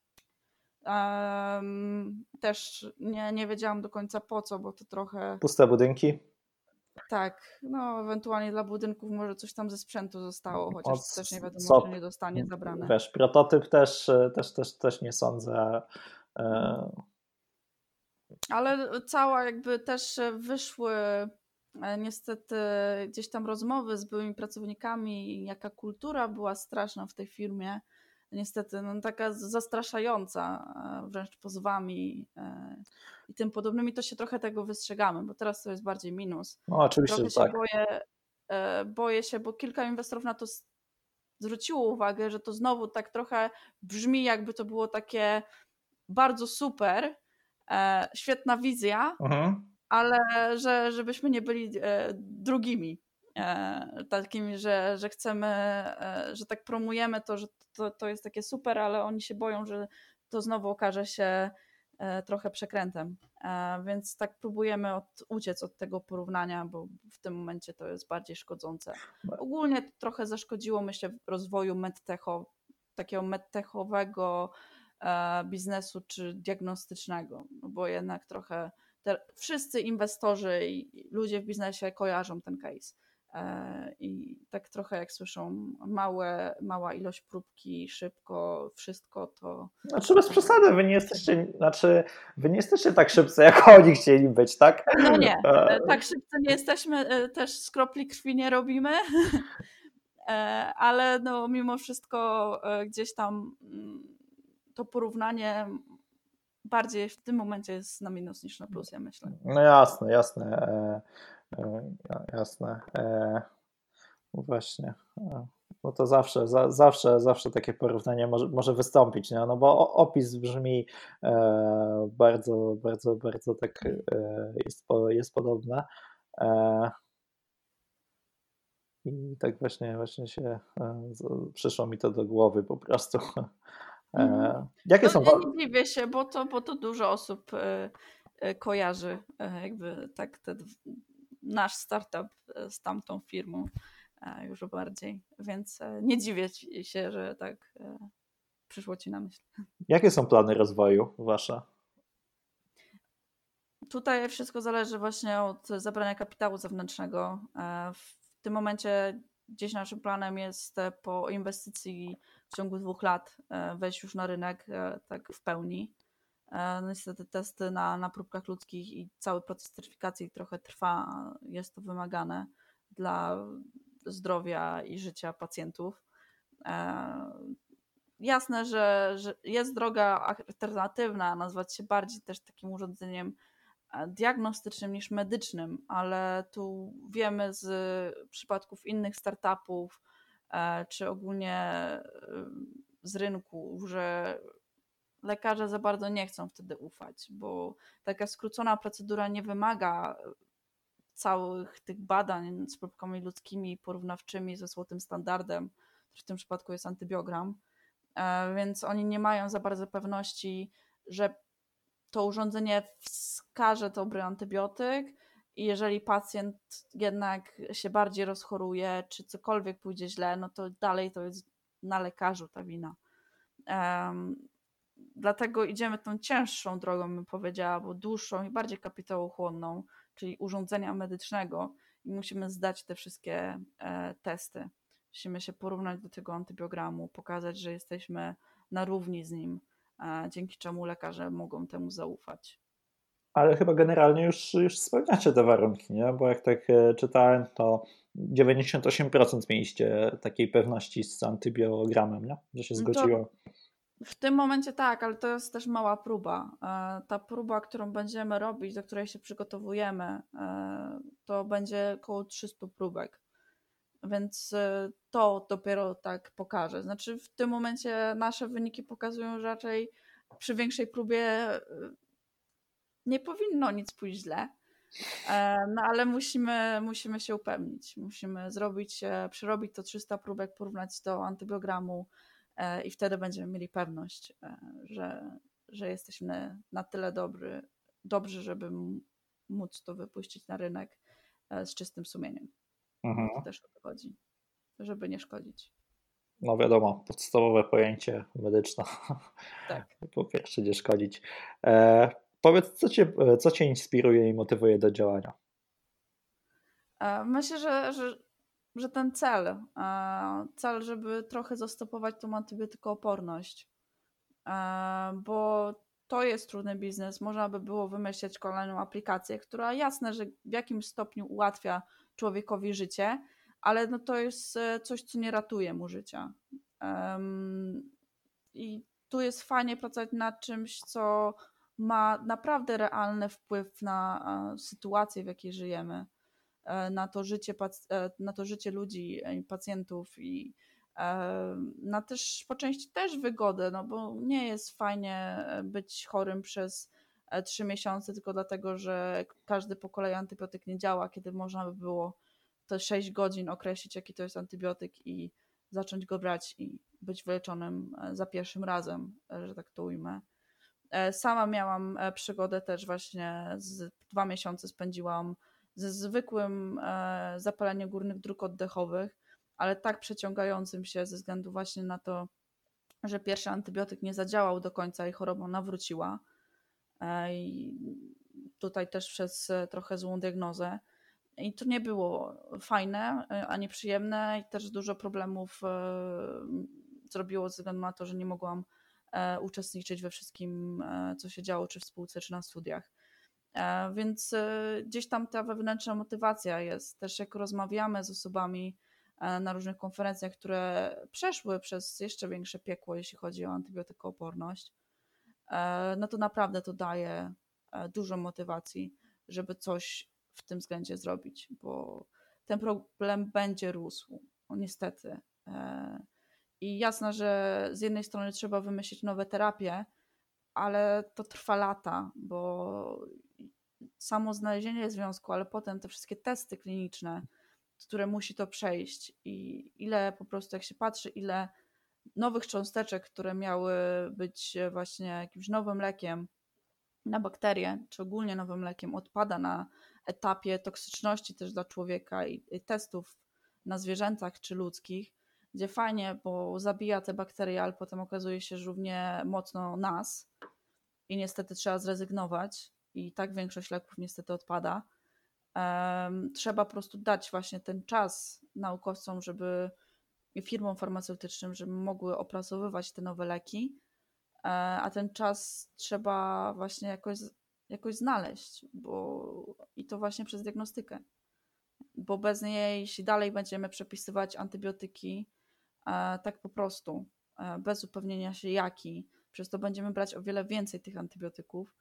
S2: um, też nie, nie wiedziałam do końca po co, bo to trochę...
S1: Puste budynki?
S2: Tak, no ewentualnie dla budynków może coś tam ze sprzętu zostało, chociaż o, też nie wiadomo,
S1: co,
S2: czy nie dostanie zabrane.
S1: Wiesz, prototyp też, też, też, też nie sądzę.
S2: Ale cała jakby też wyszły niestety gdzieś tam rozmowy z byłymi pracownikami, jaka kultura była straszna w tej firmie. Niestety no, taka zastraszająca, wręcz pozwami i tym podobnymi, to się trochę tego wystrzegamy, bo teraz to jest bardziej minus.
S1: No oczywiście,
S2: trochę
S1: że
S2: się
S1: tak.
S2: boję, boję się, bo kilka inwestorów na to zwróciło uwagę, że to znowu tak trochę brzmi, jakby to było takie bardzo super, świetna wizja, mhm. ale że, żebyśmy nie byli drugimi takimi, że, że chcemy, że tak promujemy to, że to, to jest takie super, ale oni się boją, że to znowu okaże się trochę przekrętem. Więc tak próbujemy od, uciec od tego porównania, bo w tym momencie to jest bardziej szkodzące. Ogólnie to trochę zaszkodziło, myślę, rozwoju medtecho, takiego medtechowego biznesu czy diagnostycznego, no bo jednak trochę te, wszyscy inwestorzy i ludzie w biznesie kojarzą ten case i tak trochę jak słyszą małe, mała ilość próbki, szybko, wszystko to...
S1: Znaczy bez przesady, wy nie jesteście, znaczy wy nie jesteście tak szybcy, jak oni chcieli być, tak?
S2: No nie, tak szybcy nie jesteśmy, też z kropli krwi nie robimy, ale no mimo wszystko gdzieś tam to porównanie bardziej w tym momencie jest na minus niż na plus, ja myślę.
S1: No jasne, jasne, e, e, jasne. E, właśnie. E. No to zawsze, za, zawsze, zawsze takie porównanie może, może wystąpić, nie? No bo opis brzmi e, bardzo, bardzo, bardzo tak e, jest, po, jest podobne. E, I tak właśnie, właśnie się e, z, przyszło mi to do głowy po prostu.
S2: Mhm.
S1: E, jakie
S2: No
S1: są...
S2: ja nie dziwię się, bo to, bo to dużo osób e, e, kojarzy e, jakby tak ten nasz startup e, z tamtą firmą e, już bardziej, więc e, nie dziwię ci się, że tak e, przyszło ci na myśl.
S1: Jakie są plany rozwoju wasze?
S2: Tutaj wszystko zależy właśnie od zabrania kapitału zewnętrznego. E, W tym momencie gdzieś naszym planem jest e, po inwestycji w ciągu dwóch lat e, wejść już na rynek e, tak w pełni. E, No niestety testy na, na próbkach ludzkich i cały proces certyfikacji trochę trwa, jest to wymagane dla zdrowia i życia pacjentów. E, Jasne, że, że jest droga alternatywna, nazwać się bardziej też takim urządzeniem diagnostycznym niż medycznym, ale tu wiemy z przypadków innych startupów, e, czy ogólnie e, z rynku, że lekarze za bardzo nie chcą wtedy ufać, bo taka skrócona procedura nie wymaga całych tych badań z próbkami ludzkimi, porównawczymi ze złotym standardem, który w tym przypadku jest antybiogram, e, więc oni nie mają za bardzo pewności, że to urządzenie wskaże dobry antybiotyk i jeżeli pacjent jednak się bardziej rozchoruje, czy cokolwiek pójdzie źle, no to dalej to jest na lekarzu ta wina. Um, dlatego idziemy tą cięższą drogą, bym powiedziała, bo dłuższą i bardziej kapitałochłonną, czyli urządzenia medycznego i musimy zdać te wszystkie e, testy. Musimy się porównać do tego antybiogramu, pokazać, że jesteśmy na równi z nim, dzięki czemu lekarze mogą temu zaufać.
S1: Ale chyba generalnie już, już spełniacie te warunki, nie? Bo jak tak e, czytałem, to dziewięćdziesiąt osiem procent mieliście takiej pewności z antybiogramem, nie? Że się
S2: No to
S1: zgodziło.
S2: w tym momencie tak, ale to jest też mała próba. E, Ta próba, którą będziemy robić, do której się przygotowujemy, e, to będzie około trzysta próbek. Więc e, to dopiero tak pokaże. Znaczy w tym momencie nasze wyniki pokazują, że raczej przy większej próbie e, nie powinno nic pójść źle. No ale musimy, musimy się upewnić. Musimy zrobić, przerobić to trzysta próbek, porównać do antybiogramu i wtedy będziemy mieli pewność, że, że jesteśmy na tyle dobry, dobrzy, żeby móc to wypuścić na rynek z czystym sumieniem.
S1: Mhm.
S2: Bo to też o to chodzi, żeby nie szkodzić.
S1: No wiadomo, podstawowe pojęcie medyczne.
S2: Tak.
S1: Po pierwsze nie szkodzić. E, powiedz, co cię, co cię inspiruje i motywuje do działania?
S2: Myślę, że, że, że ten cel, cel, żeby trochę zastopować tą antybiotykooporność, bo to jest trudny biznes. Można by było wymyśleć kolejną aplikację, która jasne, że w jakimś stopniu ułatwia człowiekowi życie, ale no to jest coś, co nie ratuje mu życia. I tu jest fajnie pracować nad czymś, co ma naprawdę realny wpływ na sytuację, w jakiej żyjemy, na to życie, na to życie ludzi, pacjentów i na też po części też wygodę, no bo nie jest fajnie być chorym przez trzy miesiące tylko dlatego, że każdy po kolei antybiotyk nie działa, kiedy można by było te sześć godzin określić, jaki to jest antybiotyk i zacząć go brać i być wyleczonym za pierwszym razem, że tak to ujmę. Sama miałam przygodę też właśnie, z dwa miesiące spędziłam ze zwykłym zapaleniem górnych dróg oddechowych, ale tak przeciągającym się ze względu właśnie na to, że pierwszy antybiotyk nie zadziałał do końca i choroba nawróciła. I tutaj też przez trochę złą diagnozę. I to nie było fajne ani przyjemne i też dużo problemów zrobiło ze względu na to, że nie mogłam uczestniczyć we wszystkim, co się działo, czy w spółce, czy na studiach. Więc gdzieś tam ta wewnętrzna motywacja jest. Też jak rozmawiamy z osobami na różnych konferencjach, które przeszły przez jeszcze większe piekło, jeśli chodzi o antybiotykooporność, no to naprawdę to daje dużo motywacji, żeby coś w tym względzie zrobić, bo ten problem będzie rósł, no niestety. I jasne, że z jednej strony trzeba wymyślić nowe terapie, ale to trwa lata, bo samo znalezienie związku, ale potem te wszystkie testy kliniczne, które musi to przejść i ile po prostu, jak się patrzy, ile nowych cząsteczek, które miały być właśnie jakimś nowym lekiem na bakterie, czy ogólnie nowym lekiem, odpada na etapie toksyczności też dla człowieka i, i testów na zwierzętach czy ludzkich, gdzie fajnie, bo zabija te bakterie, ale potem okazuje się, że równie mocno nas i niestety trzeba zrezygnować i tak większość leków niestety odpada. Um, trzeba po prostu dać właśnie ten czas naukowcom, żeby i firmom farmaceutycznym, żeby mogły opracowywać te nowe leki, a ten czas trzeba właśnie jakoś, jakoś znaleźć, bo i to właśnie przez diagnostykę. Bo bez niej, jeśli dalej będziemy przepisywać antybiotyki tak po prostu, bez upewnienia się jaki, przez to będziemy brać o wiele więcej tych antybiotyków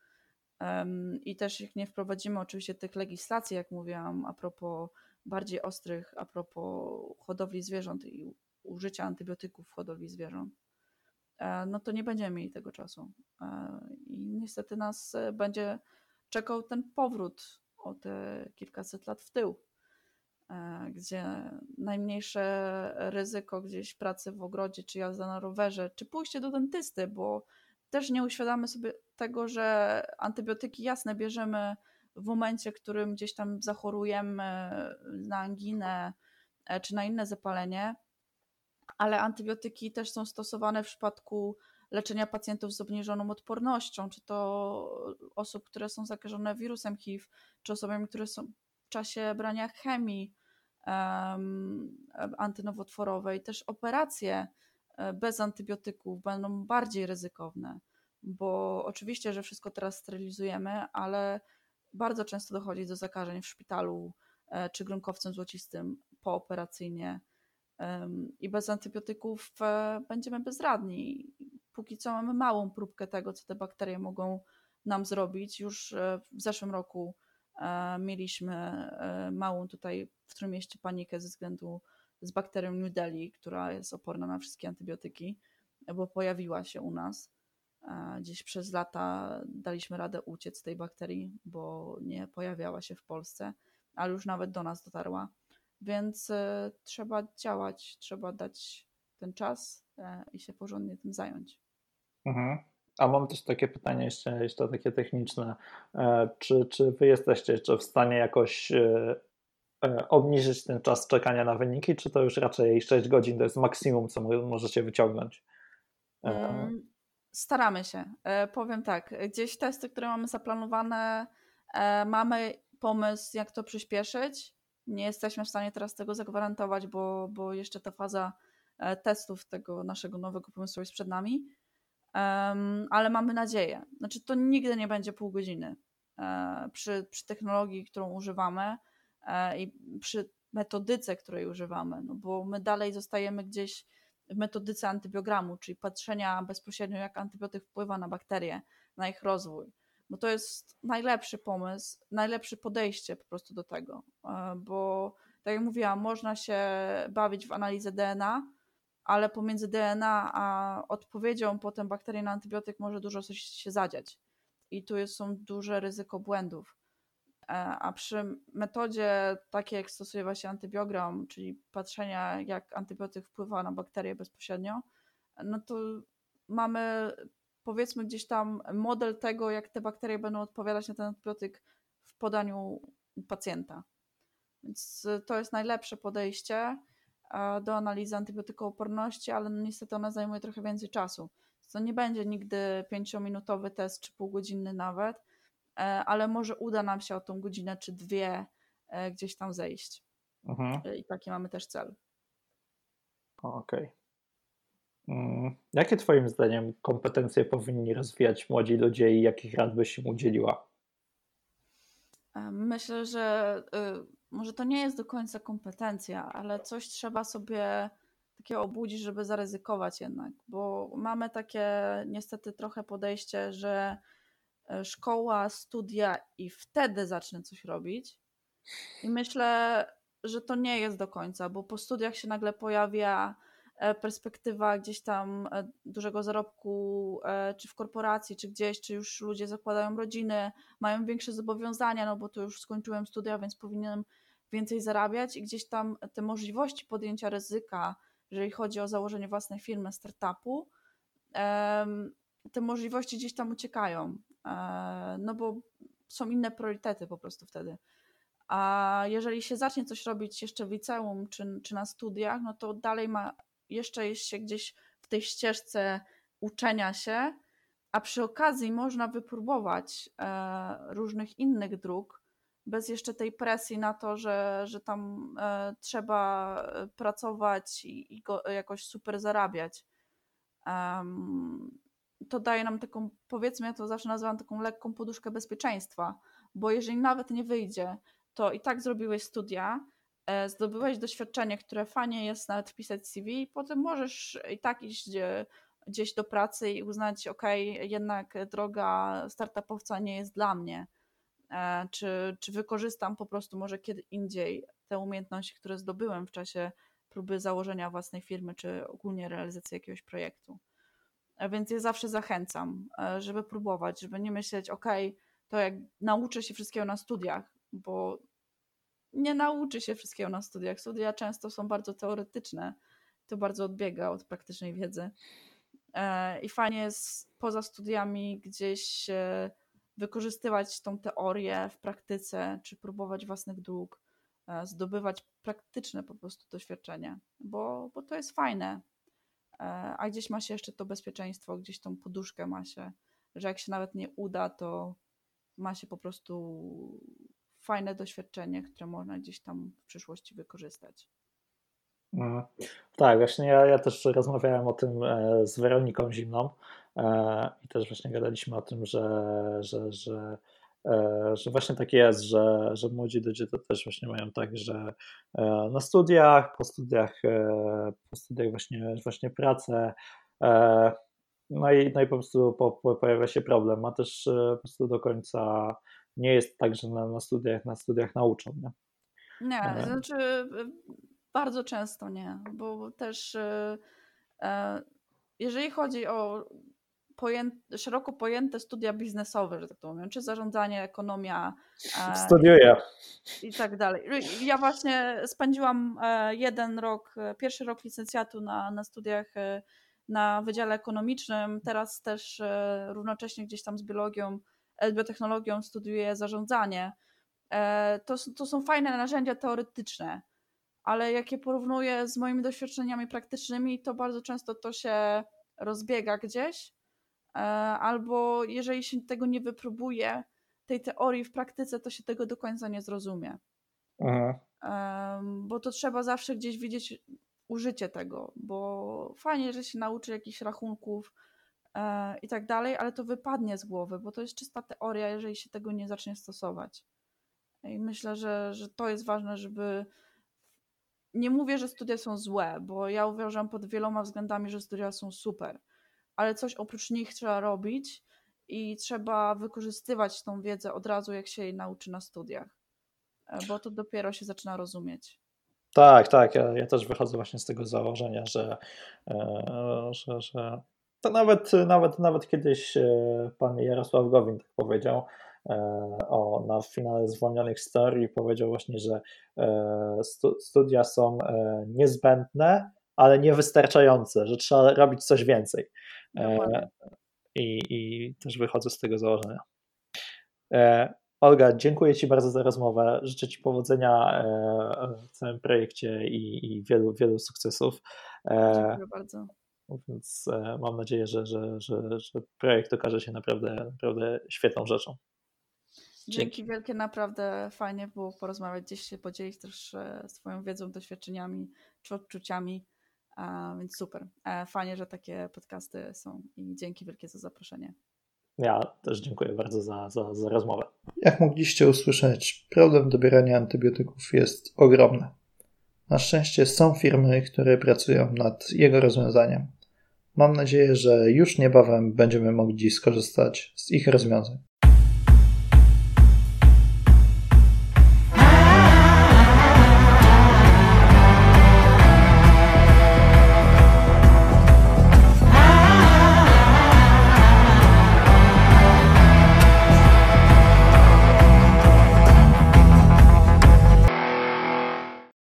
S2: i też jak nie wprowadzimy oczywiście tych legislacji, jak mówiłam, a propos bardziej ostrych, a propos hodowli zwierząt i użycia antybiotyków w hodowli zwierząt, no to nie będziemy mieli tego czasu. I niestety nas będzie czekał ten powrót o te kilkaset lat w tył, gdzie najmniejsze ryzyko gdzieś pracy w ogrodzie, czy jazda na rowerze, czy pójście do dentysty, bo też nie uświadamy sobie tego, że antybiotyki jasne bierzemy w momencie, w którym gdzieś tam zachorujemy na anginę czy na inne zapalenie, ale antybiotyki też są stosowane w przypadku leczenia pacjentów z obniżoną odpornością, czy to osób, które są zakażone wirusem H I V, czy osobami, które są w czasie brania chemii um, antynowotworowej. Też operacje bez antybiotyków będą bardziej ryzykowne, bo oczywiście, że wszystko teraz sterylizujemy, ale bardzo często dochodzi do zakażeń w szpitalu czy grunkowcem złocistym pooperacyjnie. I bez antybiotyków będziemy bezradni. Póki co mamy małą próbkę tego, co te bakterie mogą nam zrobić. Już w zeszłym roku mieliśmy małą tutaj w Trójmieście panikę ze względu z bakterią New Delhi, która jest oporna na wszystkie antybiotyki, bo pojawiła się u nas. Gdzieś przez lata daliśmy radę uciec z tej bakterii, bo nie pojawiała się w Polsce, ale już nawet do nas dotarła. Więc y, trzeba działać, trzeba dać ten czas y, i się porządnie tym zająć.
S1: Mhm. A mam też takie pytanie jeszcze, jeszcze takie techniczne. E, czy, czy wy jesteście jeszcze w stanie jakoś e, e, obniżyć ten czas czekania na wyniki, czy to już raczej sześć godzin to jest maksimum, co możecie wyciągnąć? E,
S2: Mm, staramy się. E, powiem tak, gdzieś testy, które mamy zaplanowane, e, mamy pomysł, jak to przyspieszyć. Nie jesteśmy w stanie teraz tego zagwarantować, bo, bo jeszcze ta faza e, testów tego naszego nowego pomysłu jest przed nami. Um, ale mamy nadzieję. Znaczy to nigdy nie będzie pół godziny e, przy, przy technologii, którą używamy e, i przy metodyce, której używamy, no bo my dalej zostajemy gdzieś w metodyce antybiogramu, czyli patrzenia bezpośrednio, jak antybiotyk wpływa na bakterie, na ich rozwój. Bo to jest najlepszy pomysł, najlepsze podejście po prostu do tego, e, bo tak jak mówiłam, można się bawić w analizę D N A, ale pomiędzy D N A a odpowiedzią potem bakterii na antybiotyk może dużo coś się zadziać. I tu jest, są duże ryzyko błędów. A przy metodzie takiej, jak stosuje właśnie antybiogram, czyli patrzenia, jak antybiotyk wpływa na bakterie bezpośrednio, no to mamy powiedzmy gdzieś tam model tego, jak te bakterie będą odpowiadać na ten antybiotyk w podaniu pacjenta. Więc to jest najlepsze podejście do analizy antybiotykooporności, ale no niestety ona zajmuje trochę więcej czasu. To nie będzie nigdy pięciominutowy test, czy półgodzinny nawet, ale może uda nam się o tą godzinę czy dwie gdzieś tam zejść. Mhm. I taki mamy też cel.
S1: Okej. Okay. Jakie twoim zdaniem kompetencje powinni rozwijać młodzi ludzie i jakich rad byś im udzieliła?
S2: Myślę, że może to nie jest do końca kompetencja, ale coś trzeba sobie takiego obudzić, żeby zaryzykować jednak, bo mamy takie niestety trochę podejście, że szkoła, studia i wtedy zacznę coś robić. I myślę, że to nie jest do końca, bo po studiach się nagle pojawia perspektywa gdzieś tam dużego zarobku, czy w korporacji, czy gdzieś, czy już ludzie zakładają rodziny, mają większe zobowiązania, no bo to już skończyłem studia, więc powinienem więcej zarabiać i gdzieś tam te możliwości podjęcia ryzyka, jeżeli chodzi o założenie własnej firmy, startupu, te możliwości gdzieś tam uciekają, no bo są inne priorytety po prostu wtedy. A jeżeli się zacznie coś robić jeszcze w liceum czy, czy na studiach, no to dalej ma, jeszcze jest się gdzieś w tej ścieżce uczenia się, a przy okazji można wypróbować różnych innych dróg, bez jeszcze tej presji na to, że, że tam trzeba pracować i, i go jakoś super zarabiać. Um, to daje nam taką, powiedzmy, ja to zawsze nazywam taką lekką poduszkę bezpieczeństwa, bo jeżeli nawet nie wyjdzie, to i tak zrobiłeś studia, zdobyłeś doświadczenie, które fajnie jest nawet wpisać w C V i potem możesz i tak iść gdzieś do pracy i uznać, ok, jednak droga startupowca nie jest dla mnie, czy, czy wykorzystam po prostu może kiedy indziej te umiejętności, które zdobyłem w czasie próby założenia własnej firmy, czy ogólnie realizacji jakiegoś projektu. Więc ja zawsze zachęcam, żeby próbować, żeby nie myśleć, ok, to jak nauczę się wszystkiego na studiach, bo nie nauczy się wszystkiego na studiach. Studia często są bardzo teoretyczne, to bardzo odbiega od praktycznej wiedzy. I fajnie jest poza studiami gdzieś wykorzystywać tą teorię w praktyce, czy próbować własnych dróg, zdobywać praktyczne po prostu doświadczenie, bo, bo to jest fajne. A gdzieś ma się jeszcze to bezpieczeństwo, gdzieś tą poduszkę ma się, że jak się nawet nie uda, to ma się po prostu fajne doświadczenie, które można gdzieś tam w przyszłości wykorzystać.
S1: Mhm. Tak, właśnie ja, ja też rozmawiałem o tym z Weroniką Zimną i też właśnie gadaliśmy o tym, że, że, że, że właśnie tak jest, że, że młodzi ludzie to też właśnie mają tak, że na studiach, po studiach, po studiach właśnie, właśnie pracę, no i, no i po prostu po, po pojawia się problem, a też po prostu do końca nie jest tak, że na, na studiach na studiach nauczą, nie?
S2: Nie, znaczy bardzo często nie, bo też jeżeli chodzi o pojęte, szeroko pojęte studia biznesowe, że tak to mówię, czy zarządzanie, ekonomia.
S1: Studiuję.
S2: I tak dalej. Ja właśnie spędziłam jeden rok, pierwszy rok licencjatu na, na studiach na Wydziale Ekonomicznym, teraz też równocześnie gdzieś tam z biologią, biotechnologią studiuję zarządzanie. To, to są fajne narzędzia teoretyczne, ale jak je porównuję z moimi doświadczeniami praktycznymi, to bardzo często to się rozbiega gdzieś, albo jeżeli się tego nie wypróbuje, tej teorii w praktyce, to się tego do końca nie zrozumie.
S1: Aha.
S2: Bo to trzeba zawsze gdzieś widzieć użycie tego, bo fajnie, że się nauczy jakichś rachunków i tak dalej, ale to wypadnie z głowy, bo to jest czysta teoria, jeżeli się tego nie zacznie stosować. I myślę, że, że to jest ważne, żeby... Nie mówię, że studia są złe, bo ja uważam pod wieloma względami, że studia są super, ale coś oprócz nich trzeba robić i trzeba wykorzystywać tą wiedzę od razu, jak się jej nauczy na studiach, bo to dopiero się zaczyna rozumieć.
S1: Tak, tak, ja, ja też wychodzę właśnie z tego założenia, że, e, że, że to nawet, nawet, nawet kiedyś pan Jarosław Gowin tak powiedział e, o, na finale Zwolnionych z teorii, powiedział właśnie, że e, stu, studia są e, niezbędne, ale niewystarczające, że trzeba robić coś więcej. E, i, I też wychodzę z tego założenia. E, Olga, dziękuję Ci bardzo za rozmowę. Życzę Ci powodzenia w całym projekcie i, i wielu, wielu sukcesów.
S2: Dziękuję bardzo.
S1: Więc mam nadzieję, że, że, że, że projekt okaże się naprawdę, naprawdę świetną rzeczą.
S2: Dzięki. Dzięki wielkie, naprawdę fajnie było porozmawiać, gdzieś się podzielić też swoją wiedzą, doświadczeniami czy odczuciami, więc super. Fajnie, że takie podcasty są i dzięki wielkie za zaproszenie.
S1: Ja też dziękuję bardzo za, za, za rozmowę.
S3: Jak mogliście usłyszeć, problem dobierania antybiotyków jest ogromny. Na szczęście są firmy, które pracują nad jego rozwiązaniem. Mam nadzieję, że już niebawem będziemy mogli skorzystać z ich rozwiązań.